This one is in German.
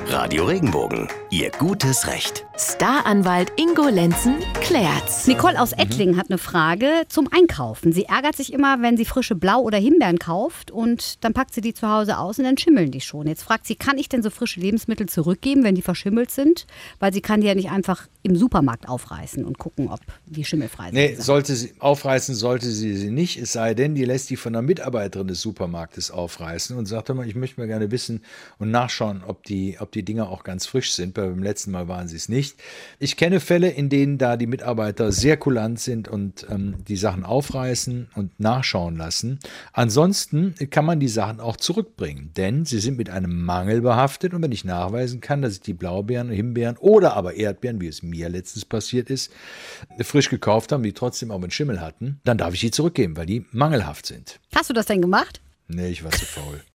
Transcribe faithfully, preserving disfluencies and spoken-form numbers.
Radio Regenbogen, Ihr gutes Recht. Staranwalt Ingo Lenzen klärt's. Nicole aus Ettlingen hat eine Frage zum Einkaufen. Sie ärgert sich immer, wenn sie frische Blau- oder Himbeeren kauft und dann packt sie die zu Hause aus und dann schimmeln die schon. Jetzt fragt sie, kann ich denn so frische Lebensmittel zurückgeben, wenn die verschimmelt sind? Weil sie kann die ja nicht einfach im Supermarkt aufreißen und gucken, ob die schimmelfrei sind. Nee, sollte sie, aufreißen sollte sie sie nicht, es sei denn, die lässt die von einer Mitarbeiterin des Supermarktes aufreißen und sagt immer, ich möchte mal gerne wissen und nachschauen, ob die, ob die Dinger auch ganz frisch sind. Beim letzten Mal waren sie es nicht. Ich kenne Fälle, in denen da die Mitarbeiter sehr kulant sind und ähm, die Sachen aufreißen und nachschauen lassen. Ansonsten kann man die Sachen auch zurückbringen, denn sie sind mit einem Mangel behaftet und wenn ich nachweisen kann, dass ich die Blaubeeren, Himbeeren oder aber Erdbeeren, wie es mir letztens passiert ist, frisch gekauft habe, die trotzdem auch einen Schimmel hatten, dann darf ich die zurückgeben, weil die mangelhaft sind. Hast du das denn gemacht? Nee, ich war zu faul.